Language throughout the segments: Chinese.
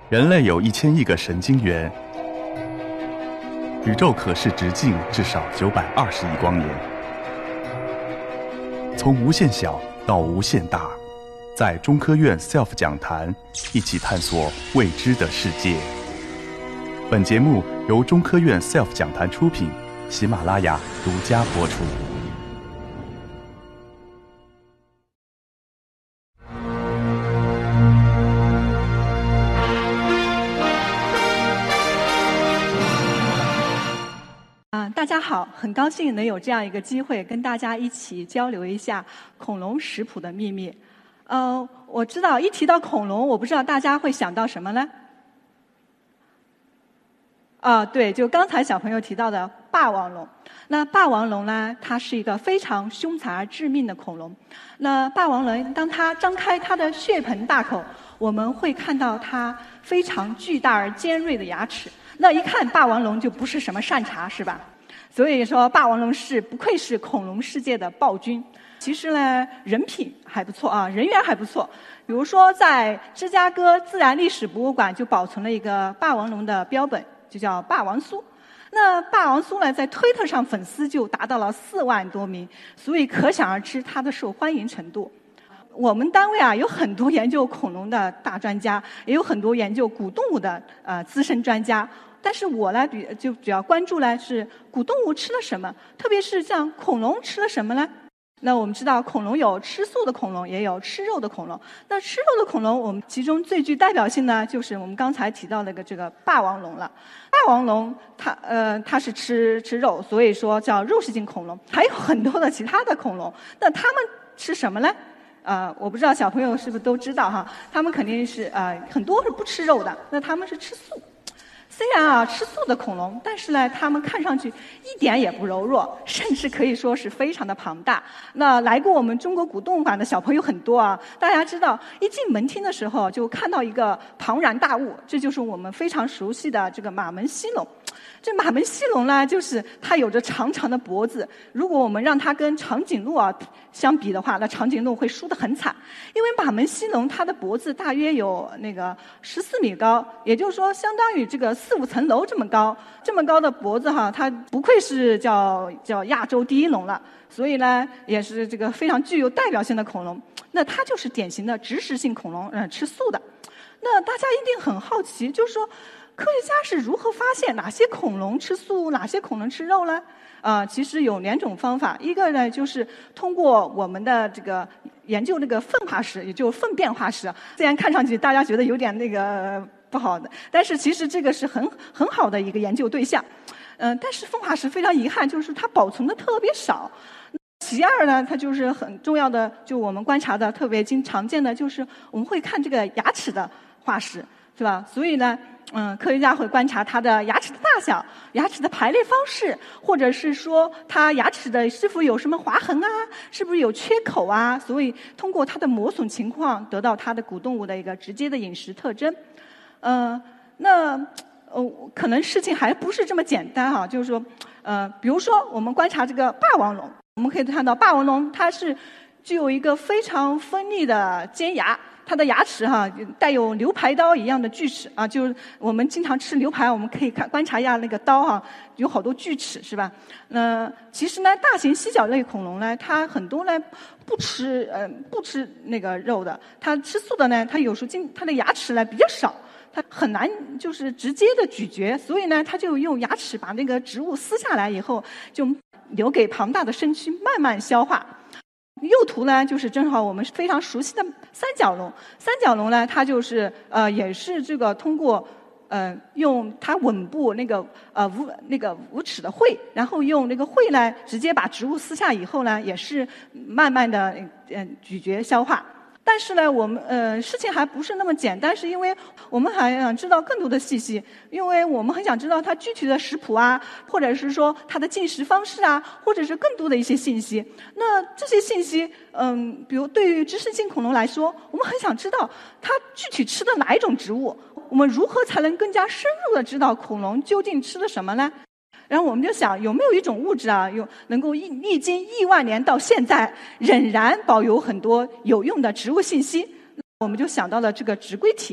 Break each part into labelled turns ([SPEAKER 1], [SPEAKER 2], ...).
[SPEAKER 1] 人类有1000亿个神经元，宇宙可视直径至少920亿光年。从无限小到无限大，在中科院 SELF 讲坛一起探索未知的世界。本节目由中科院 SELF 讲坛出品，喜马拉雅独家播出。
[SPEAKER 2] 大家好，很高兴能有这样一个机会跟大家一起交流一下恐龙食谱的秘密。我知道一提到恐龙，我不知道大家会想到什么呢？对，就刚才小朋友提到的霸王龙。那霸王龙呢，它是一个非常凶残而致命的恐龙。那霸王龙当它张开它的血盆大口，我们会看到它非常巨大而尖锐的牙齿。那一看霸王龙就不是什么善茬，是吧？所以说霸王龙不愧是恐龙世界的暴君。其实呢，人品还不错啊，人缘还不错。比如说在芝加哥自然历史博物馆就保存了一个霸王龙的标本，就叫霸王酥。那霸王酥呢，在推特上粉丝就达到了4万多名，所以可想而知它的受欢迎程度。我们单位有很多研究恐龙的大专家，也有很多研究古动物的资深专家。但是我呢，就主要关注呢是古动物吃了什么，特别是像恐龙吃了什么呢？那我们知道恐龙有吃素的恐龙，也有吃肉的恐龙。那吃肉的恐龙，我们其中最具代表性呢，就是我们刚才提到的这个霸王龙了。霸王龙它是吃肉，所以说叫肉食性恐龙。还有很多的其他的恐龙，那它们吃什么呢？我不知道小朋友是不是都知道哈？他们肯定是很多是不吃肉的，那他们是吃素。虽然吃素的恐龙，但是呢，它们看上去一点也不柔弱，甚至可以说是非常的庞大。那来过我们中国古动物馆的小朋友很多啊，大家知道，一进门厅的时候就看到一个庞然大物，这就是我们非常熟悉的这个马门溪龙。这马门溪龙呢，就是它有着长长的脖子。如果我们让它跟长颈鹿相比的话，那长颈鹿会输得很惨，因为马门溪龙它的脖子大约有14米高，也就是说相当于这个4-5层楼这么高。这么高的脖子它不愧是叫亚洲第一龙了，所以呢也是这个非常具有代表性的恐龙。那它就是典型的植食性恐龙，吃素的。那大家一定很好奇，就是说科学家是如何发现哪些恐龙吃素，哪些恐龙吃肉呢？其实有2种方法，一个呢就是通过我们的这个研究粪化石，也就是粪便化石。虽然看上去大家觉得有点不好的，但是其实这个是很好的一个研究对象。但是粪化石非常遗憾，就是它保存的特别少。其二呢，它就是很重要的，就我们观察的特别常见的，就是我们会看这个牙齿的化石，是吧？所以呢，科学家会观察它的牙齿的大小、牙齿的排列方式，或者是说它牙齿的是否有什么划痕是不是有缺口所以通过它的磨损情况，得到它的古动物的一个直接的饮食特征。可能事情还不是这么简单就是说，比如说我们观察这个霸王龙，我们可以看到霸王龙它是具有一个非常锋利的尖牙。它的牙齿带有牛排刀一样的锯齿就是我们经常吃牛排，我们可以观察一下那个刀有好多锯齿，是吧？其实呢，大型蜥脚类恐龙呢，它很多呢不吃那个肉的，它吃素的呢，它有时候它的牙齿呢比较少，它很难就是直接的咀嚼，所以呢，它就用牙齿把那个植物撕下来以后，就留给庞大的身躯慢慢消化。右图呢，就是正好我们非常熟悉的三角龙。三角龙呢，它就是也是这个通过用它吻部无齿的喙，然后用那个喙呢，直接把植物撕下以后呢，也是慢慢的咀嚼消化。但是呢，我们事情还不是那么简单，是因为我们还想知道更多的细节，因为我们很想知道它具体的食谱或者是说它的进食方式或者是更多的一些信息。那这些信息，比如对于植食性恐龙来说，我们很想知道它具体吃的哪一种植物，我们如何才能更加深入的知道恐龙究竟吃了什么呢？然后我们就想，有没有一种物质能够历经1万年到现在，仍然保有很多有用的植物信息？我们就想到了这个植硅体。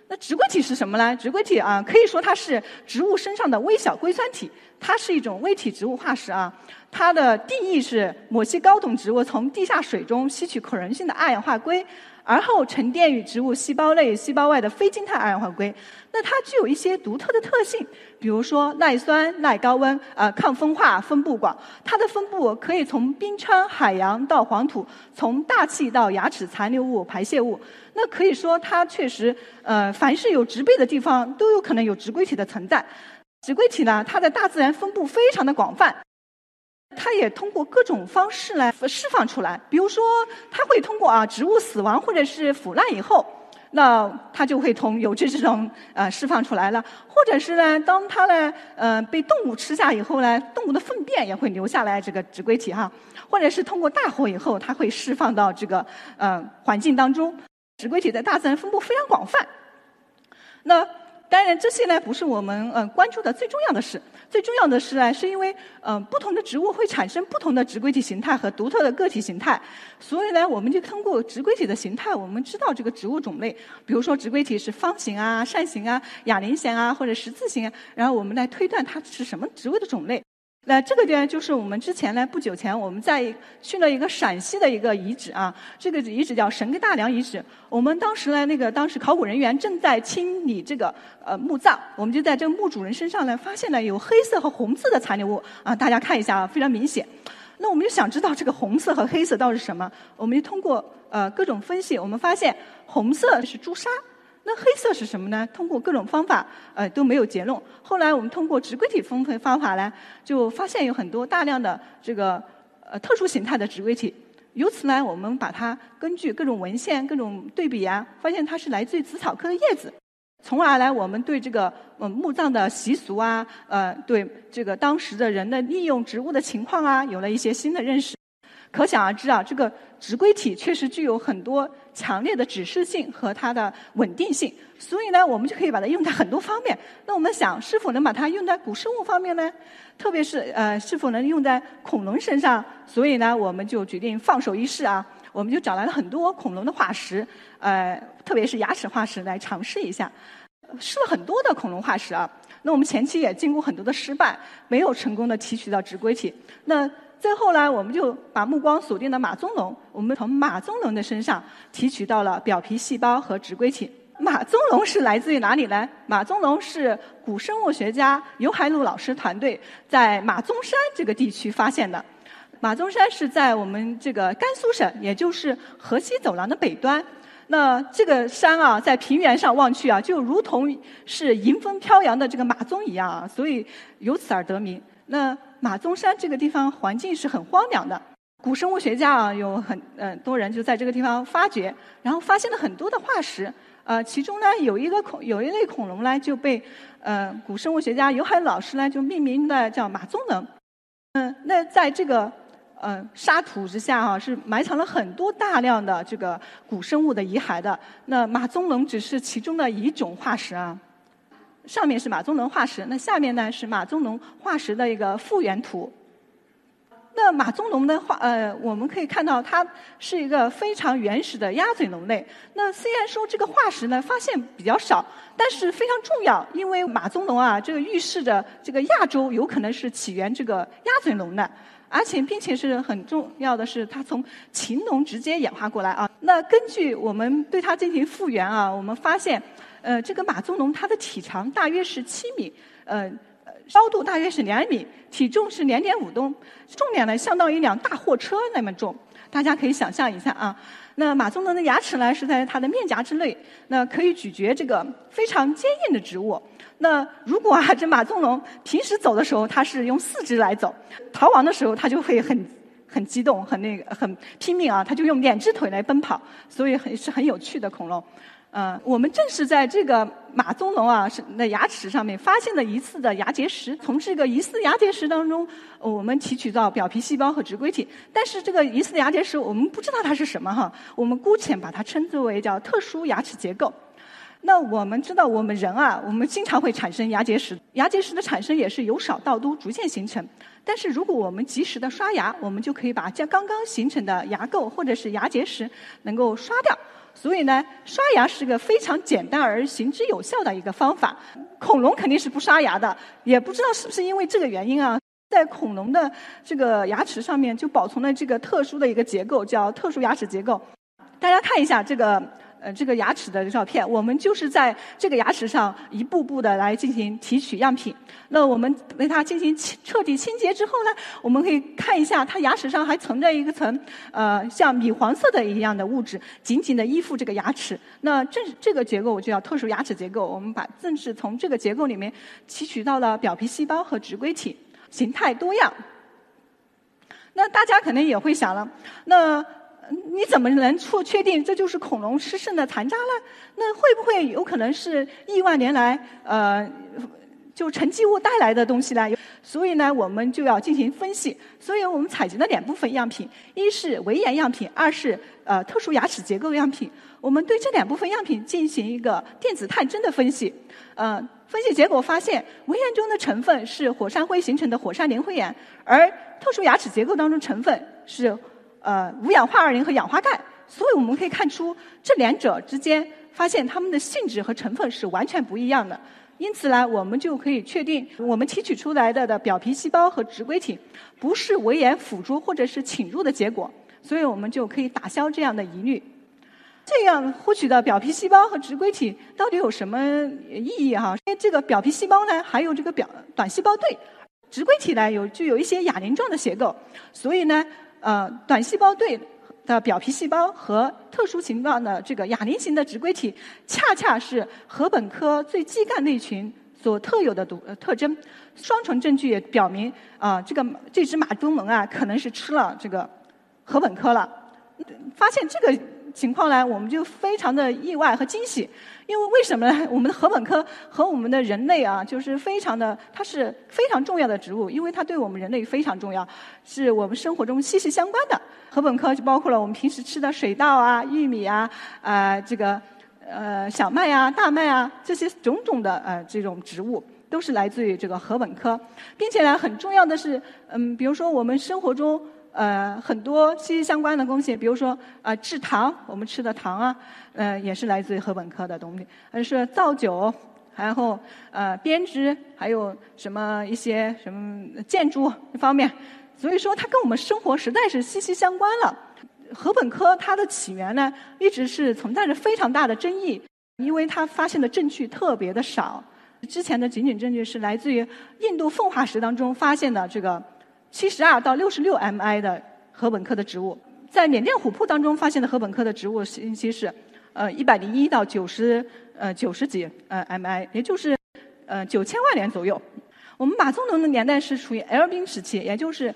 [SPEAKER 2] 那植硅体是什么呢？植硅体啊，可以说它是植物身上的微小硅酸体，它是一种微体植物化石啊。它的定义是某些高等植物从地下水中吸取可溶性的二氧化硅，而后沉淀于植物细胞内、细胞外的非静态二氧化硅。那它具有一些独特的特性，比如说耐酸、耐高温、抗风化、分布广。它的分布可以从冰川、海洋到黄土，从大气到牙齿残留物、排泄物。那可以说它确实，凡是有植被的地方都有可能有植硅体的存在。植硅体呢，它在大自然分布非常的广泛。它也通过各种方式来释放出来，比如说，它会通过植物死亡或者是腐烂以后，那它就会从有这种释放出来了，或者是呢，当它呢被动物吃下以后呢，动物的粪便也会留下来这个植硅体哈，或者是通过大火以后，它会释放到这个环境当中。植硅体在大自然分布非常广泛。那当然，这些呢不是我们关注的最重要的事。最重要的是呢，是因为不同的植物会产生不同的植硅体形态和独特的个体形态，所以呢，我们就通过植硅体的形态，我们知道这个植物种类。比如说，植硅体是方形啊、扇形啊、哑铃形啊，或者十字形啊，然后我们来推断它是什么植物的种类。那这个呢，就是我们之前呢，不久前我们去了一个陕西的一个遗址啊，这个遗址叫神根大梁遗址。我们当时呢，当时考古人员正在清理这个墓葬，我们就在这个墓主人身上呢，发现了有黑色和红色的残留物啊，大家看一下啊，非常明显。那我们就想知道这个红色和黑色到底是什么，我们就通过各种分析，我们发现红色是朱砂。那黑色是什么呢？通过各种方法，都没有结论。后来我们通过植硅体分配方法呢，就发现有很多大量的这个特殊形态的植硅体。由此呢，我们把它根据各种文献、各种对比啊，发现它是来自于紫草科的叶子。从而呢，我们对这个墓葬的习俗啊，对这个当时的人的利用植物的情况啊，有了一些新的认识。可想而知啊，这个植硅体确实具有很多强烈的指示性和它的稳定性，所以呢，我们就可以把它用在很多方面。那我们想，是否能把它用在古生物方面呢？特别是是否能用在恐龙身上？所以呢，我们就决定放手一试啊，我们就找来了很多恐龙的化石，特别是牙齿化石来尝试一下。试了很多的恐龙化石啊，那我们前期也经过很多的失败，没有成功的提取到植硅体。那最后呢，我们就把目光锁定了马鬃龙，我们从马鬃龙的身上提取到了表皮细胞和植硅体。马鬃龙是来自于哪里呢？马鬃龙是古生物学家尤海鲁老师团队在马鬃山这个地区发现的。马鬃山是在我们这个甘肃省，也就是河西走廊的北端。那这个山啊，在平原上望去啊，就如同是迎风飘扬的这个马鬃一样啊，所以由此而得名。那马鬃山这个地方环境是很荒凉的，古生物学家啊有很多人就在这个地方发掘，然后发现了很多的化石。其中呢有一类恐龙呢就被古生物学家尤海老师呢就命名的叫马鬃龙。那在这个沙土之下啊，是埋藏了很多大量的这个古生物的遗骸的。那马鬃龙只是其中的一种化石啊。上面是马鬃龙化石，那下面呢是马鬃龙化石的一个复原图。那马鬃龙的我们可以看到它是一个非常原始的鸭嘴龙类。那虽然说这个化石呢发现比较少，但是非常重要，因为马鬃龙啊，这个预示着这个亚洲有可能是起源这个鸭嘴龙的。而且并且是很重要的是，它从禽龙直接演化过来啊。那根据我们对它进行复原啊，我们发现，这个马鬃龙它的体长大约是7米，高度大约是2米，体重是2.5吨，重量呢相当于一辆大货车那么重。大家可以想象一下啊。那马鬃龙的牙齿呢是在它的面颊之内，那可以咀嚼这个非常坚硬的植物。那如果这马鬃龙平时走的时候，它是用4肢来走，逃亡的时候它就会很激动，很拼命啊，它就用2只腿来奔跑，所以是很有趣的恐龙。我们正是在这个马鬃龙啊的牙齿上面发现了疑似的牙结石，从这个疑似牙结石当中，我们提取到表皮细胞和植硅体。但是这个疑似的牙结石，我们不知道它是什么哈，我们姑且把它称之为叫特殊牙齿结构。那我们知道，我们人啊，我们经常会产生牙结石，牙结石的产生也是由少到多逐渐形成。但是如果我们及时的刷牙，我们就可以把刚刚形成的牙垢或者是牙结石能够刷掉。 所以呢，刷牙是个非常简单而行之有效的一个方法。恐龙肯定是不刷牙的，也不知道是不是因为这个原因啊，在恐龙的这个牙齿上面就保存了这个特殊的一个结构，叫特殊牙齿结构。大家看一下这个牙齿的照片，我们就是在这个牙齿上一步步的来进行提取样品。那我们为它进行彻底清洁之后呢，我们可以看一下它牙齿上还存着一层像米黄色的一样的物质，紧紧的依附这个牙齿。那这个结构就叫特殊牙齿结构。我们正是从这个结构里面提取到了表皮细胞和植规体，形态多样。那大家可能也会想了，那你怎么能确定这就是恐龙吃剩的残渣呢？那会不会有可能是亿万年来就沉积物带来的东西呢？所以呢，我们就要进行分析。所以我们采集了2部分样品，一是围岩样品，二是特殊牙齿结构样品。我们对这2部分样品进行一个电子探针的分析。分析结果发现，围岩中的成分是火山灰形成的火山磷灰岩，而特殊牙齿结构当中成分是五氧化二磷和氧化钙。所以我们可以看出这2者之间发现它们的性质和成分是完全不一样的。因此呢，我们就可以确定我们提取出来的表皮细胞和植规体不是围岩辅助或者是侵入的结果，所以我们就可以打消这样的疑虑。这样获取的表皮细胞和植规体到底有什么意义哈？因为这个表皮细胞呢，还有这个短细胞对，植规体呢具有一些哑铃状的结构，所以呢，短细胞对的表皮细胞和特殊形状的这个哑铃型的植规体，恰恰是禾本科最基干类群所特有的特征。双重证据也表明这只马鬃龙啊，可能是吃了这个禾本科了。发现这个情况呢，我们就非常的意外和惊喜。因为什么呢？我们的禾本科和我们的人类啊，就是它是非常重要的植物，因为它对我们人类非常重要，是我们生活中息息相关的。禾本科就包括了我们平时吃的水稻啊、玉米啊、小麦啊、大麦啊，这些种种的这种植物都是来自于这个禾本科，并且呢，很重要的是，比如说我们生活中很多息息相关的东西，比如说制糖，我们吃的糖啊，也是来自于禾本科的东西，是造酒，然后编织，还有一些什么建筑方面。所以说，它跟我们生活实在是息息相关了。禾本科它的起源呢，一直是存在着非常大的争议，因为它发现的证据特别的少。之前的仅仅证据是来自于印度凤化石当中发现的这个72到66 mi 的禾本科的植物，在缅甸琥珀当中发现的禾本科的植物信息是101到90几mi， 也就是9000万年左右。我们马鬃龙的年代是处于 L 冰时期，也就是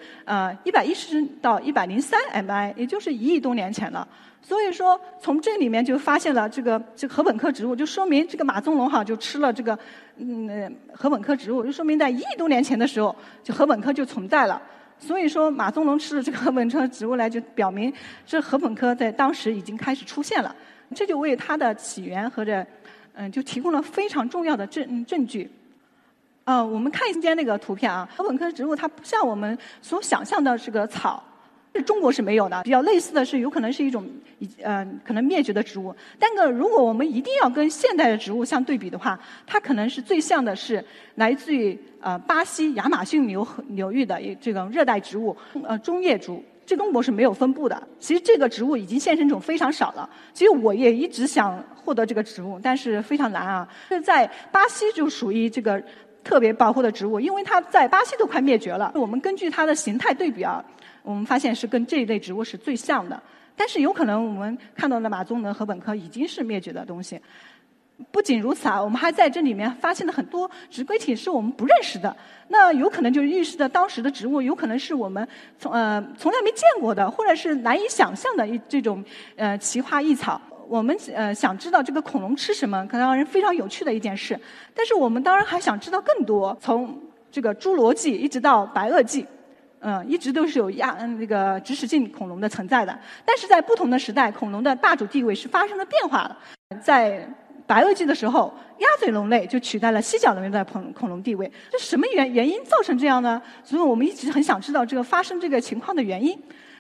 [SPEAKER 2] 110到103 mi， 也就是1亿多年前了。所以说，从这里面就发现了这个禾本科植物，就说明这个马鬃龙就吃了这个禾本科植物，就说明在1亿多年前的时候，就禾本科就存在了。所以说，马鬃龙吃了这个禾本科植物来，就表明这禾本科在当时已经开始出现了，这就为它的起源就提供了非常重要的证据。我们看一下那个图片啊，禾本科植物它不像我们所想象的这个草，中国是没有的。比较类似的是，有可能是一种可能灭绝的植物。但如果我们一定要跟现代的植物相对比的话，它可能是最像的是来自于巴西亚马逊流域的这种热带植物，中叶竹。这中国是没有分布的。其实这个植物已经现身种非常少了。其实我也一直想获得这个植物，但是非常难啊。这在巴西就属于这个特别保护的植物，因为它在巴西都快灭绝了。我们根据它的形态对比啊，我们发现是跟这一类植物是最像的。但是有可能我们看到的马鬃龙禾本科已经是灭绝的东西。不仅如此啊，我们还在这里面发现了很多植规体是我们不认识的。那有可能就预示着当时的植物有可能是我们从来没见过的，或者是难以想象的这种奇花异草。我们想知道这个恐龙吃什么，可能让人非常有趣的一件事。但是我们当然还想知道更多，从这个侏罗纪一直到白垩纪，一直都是有那个植食性恐龙的存在的。但是在不同的时代，恐龙的霸主地位是发生了变化的。在白垩纪的时候，鸭嘴龙类就取代了犀角龙类的恐龙地位。这什么原因造成这样呢？所以我们一直很想知道发生这个情况的原因。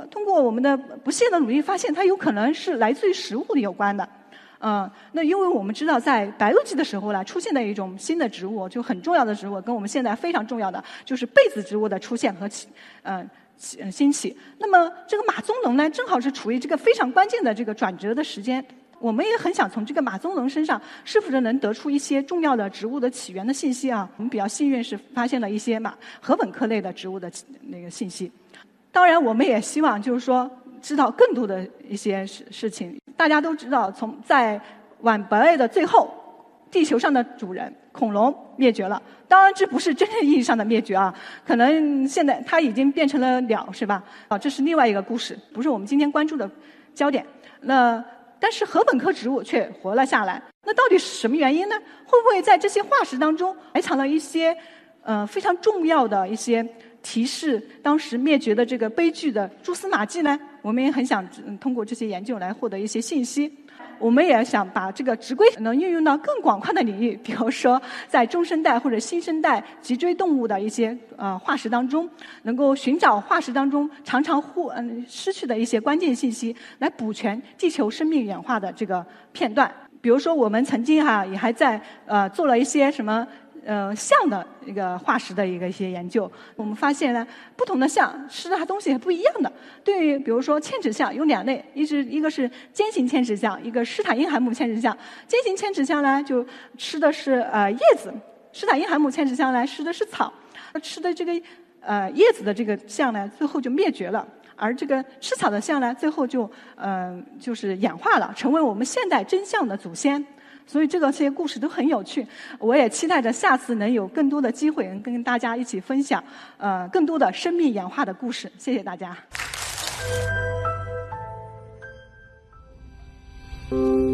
[SPEAKER 2] 通过我们的不懈的努力，发现它有可能是来自于食物的有关的。那因为我们知道，在白垩纪的时候呢，出现了一种新的植物，就很重要的植物，跟我们现在非常重要的就是被子植物的出现和兴起。那么这个马鬃龙呢，正好是处于这个非常关键的这个转折的时间。我们也很想从这个马鬃龙身上，是不是能得出一些重要的植物的起源的信息啊？我们比较幸运是发现了一些禾本科类的植物的那个信息。当然，我们也希望就是说知道更多的一些事情。大家都知道，在晚白类的最后，地球上的主人恐龙灭绝了。当然，这不是真正意义上的灭绝啊，可能现在它已经变成了鸟，是吧？这是另外一个故事，不是我们今天关注的焦点。但是禾本科植物却活了下来，那到底是什么原因呢？会不会在这些化石当中埋藏了一些非常重要的一些提示当时灭绝的这个悲剧的蛛丝马迹呢？我们也很想通过这些研究来获得一些信息。我们也想把这个植龟能运用到更广泛的领域，比如说在中生代或者新生代脊椎动物的一些化石当中，能够寻找化石当中常常失去的一些关键信息，来补全地球生命演化的这个片段。比如说，我们曾经也还在做了一些什么象的一个化石的一些研究。我们发现呢，不同的象吃的东西还不一样的。对于比如说嵌齿象有2类，一个是尖形嵌齿象，一个施坦因海姆嵌齿象。尖形嵌齿象呢，就吃的是叶子；施坦因海姆嵌齿象呢，吃的是草。吃的这个叶子的这个象呢，最后就灭绝了。而这个吃草的象呢，最后就是演化了，成为我们现代真象的祖先。所以这些故事都很有趣，我也期待着下次能有更多的机会能跟大家一起分享更多的生命演化的故事。谢谢大家。